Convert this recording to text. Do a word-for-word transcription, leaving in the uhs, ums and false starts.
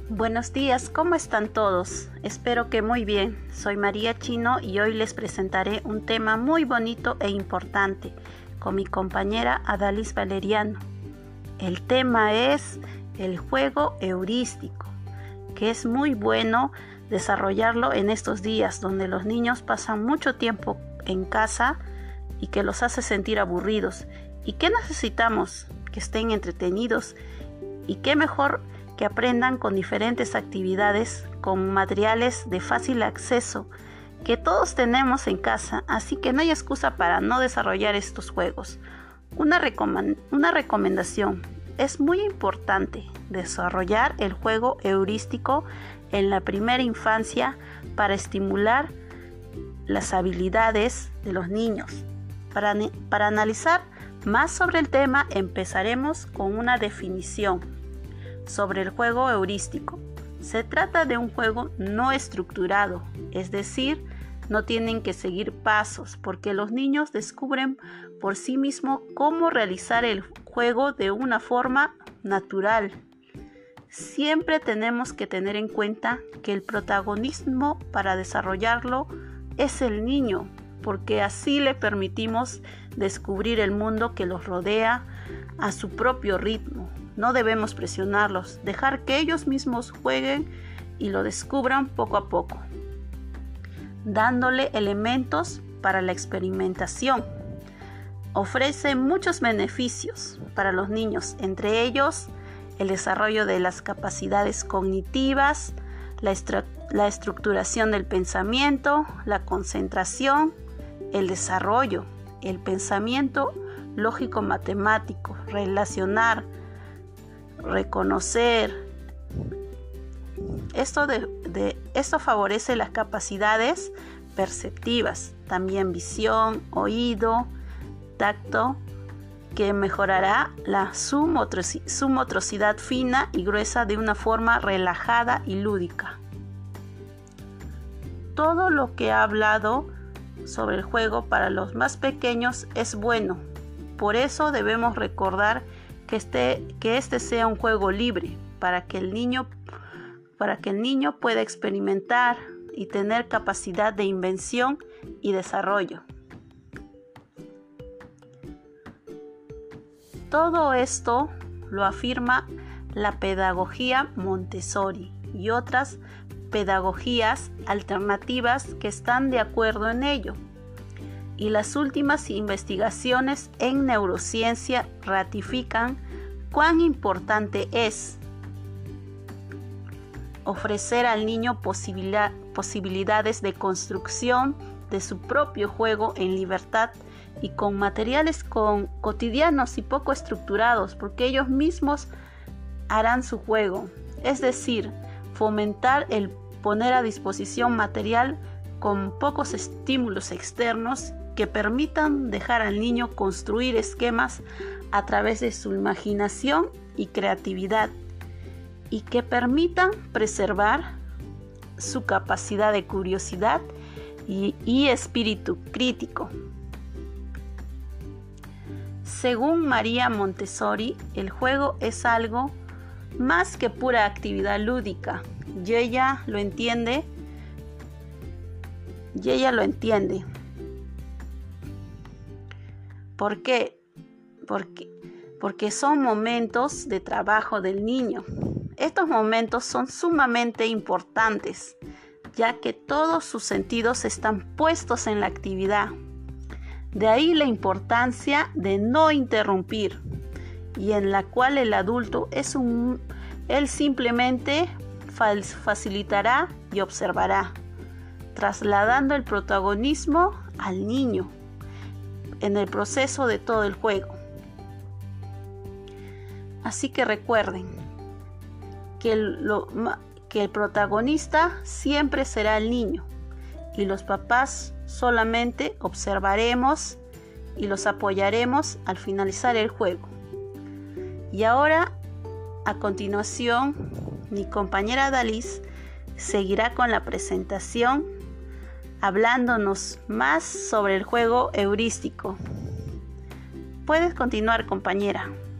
Buenos días, ¿cómo están todos? Espero que muy bien. Soy María Chino y hoy les presentaré un tema muy bonito e importante con mi compañera Adalis Valeriano. El tema es el juego heurístico, que es muy bueno desarrollarlo en estos días donde los niños pasan mucho tiempo en casa y que los hace sentir aburridos. ¿Y qué necesitamos? Que estén entretenidos. ¿Y qué mejor que aprendan con diferentes actividades, con materiales de fácil acceso que todos tenemos en casa? Así que no hay excusa para no desarrollar estos juegos. Una, recom- una recomendación: es muy importante desarrollar el juego heurístico en la primera infancia para estimular las habilidades de los niños. Para, para analizar más sobre el tema, empezaremos con una definición sobre el juego heurístico. Se trata de un juego no estructurado, es decir, no tienen que seguir pasos, porque los niños descubren por sí mismos cómo realizar el juego de una forma natural. Siempre tenemos que tener en cuenta que el protagonismo para desarrollarlo es el niño, porque así le permitimos descubrir el mundo que los rodea a su propio ritmo. No debemos presionarlos, dejar que ellos mismos jueguen y lo descubran poco a poco, dándole elementos para la experimentación. Ofrece muchos beneficios para los niños, entre ellos el desarrollo de las capacidades cognitivas, la, estru- la estructuración del pensamiento, la concentración, el desarrollo, el pensamiento lógico-matemático, relacionar, reconocer. Esto, de, de, esto favorece las capacidades perceptivas, también visión, oído, tacto, que mejorará la, su, motrici, su motricidad fina y gruesa de una forma relajada y lúdica. Todo lo que he hablado sobre el juego para los más pequeños es bueno. Por eso debemos recordar que este, que este sea un juego libre para que el niño, para que el niño pueda experimentar y tener capacidad de invención y desarrollo. Todo esto lo afirma la pedagogía Montessori y otras pedagogías alternativas que están de acuerdo en ello. Y las últimas investigaciones en neurociencia ratifican cuán importante es ofrecer al niño posibilidad, posibilidades de construcción de su propio juego en libertad y con materiales con, cotidianos y poco estructurados, porque ellos mismos harán su juego. Es decir, fomentar el poner a disposición material con pocos estímulos externos que permitan dejar al niño construir esquemas a través de su imaginación y creatividad y que permitan preservar su capacidad de curiosidad y, y espíritu crítico. Según María Montessori, el juego es algo más que pura actividad lúdica y ella lo entiende y ella lo entiende. ¿Por qué? Porque, porque son momentos de trabajo del niño. Estos momentos son sumamente importantes, ya que todos sus sentidos están puestos en la actividad. De ahí la importancia de no interrumpir, y en la cual el adulto es un, él simplemente facilitará y observará, trasladando el protagonismo al niño en el proceso de todo el juego. Así que recuerden que el, lo, que el protagonista siempre será el niño y los papás solamente observaremos y los apoyaremos al finalizar el juego. Y ahora, a continuación, mi compañera Adalis seguirá con la presentación hablándonos más sobre el juego heurístico. Puedes continuar, compañera.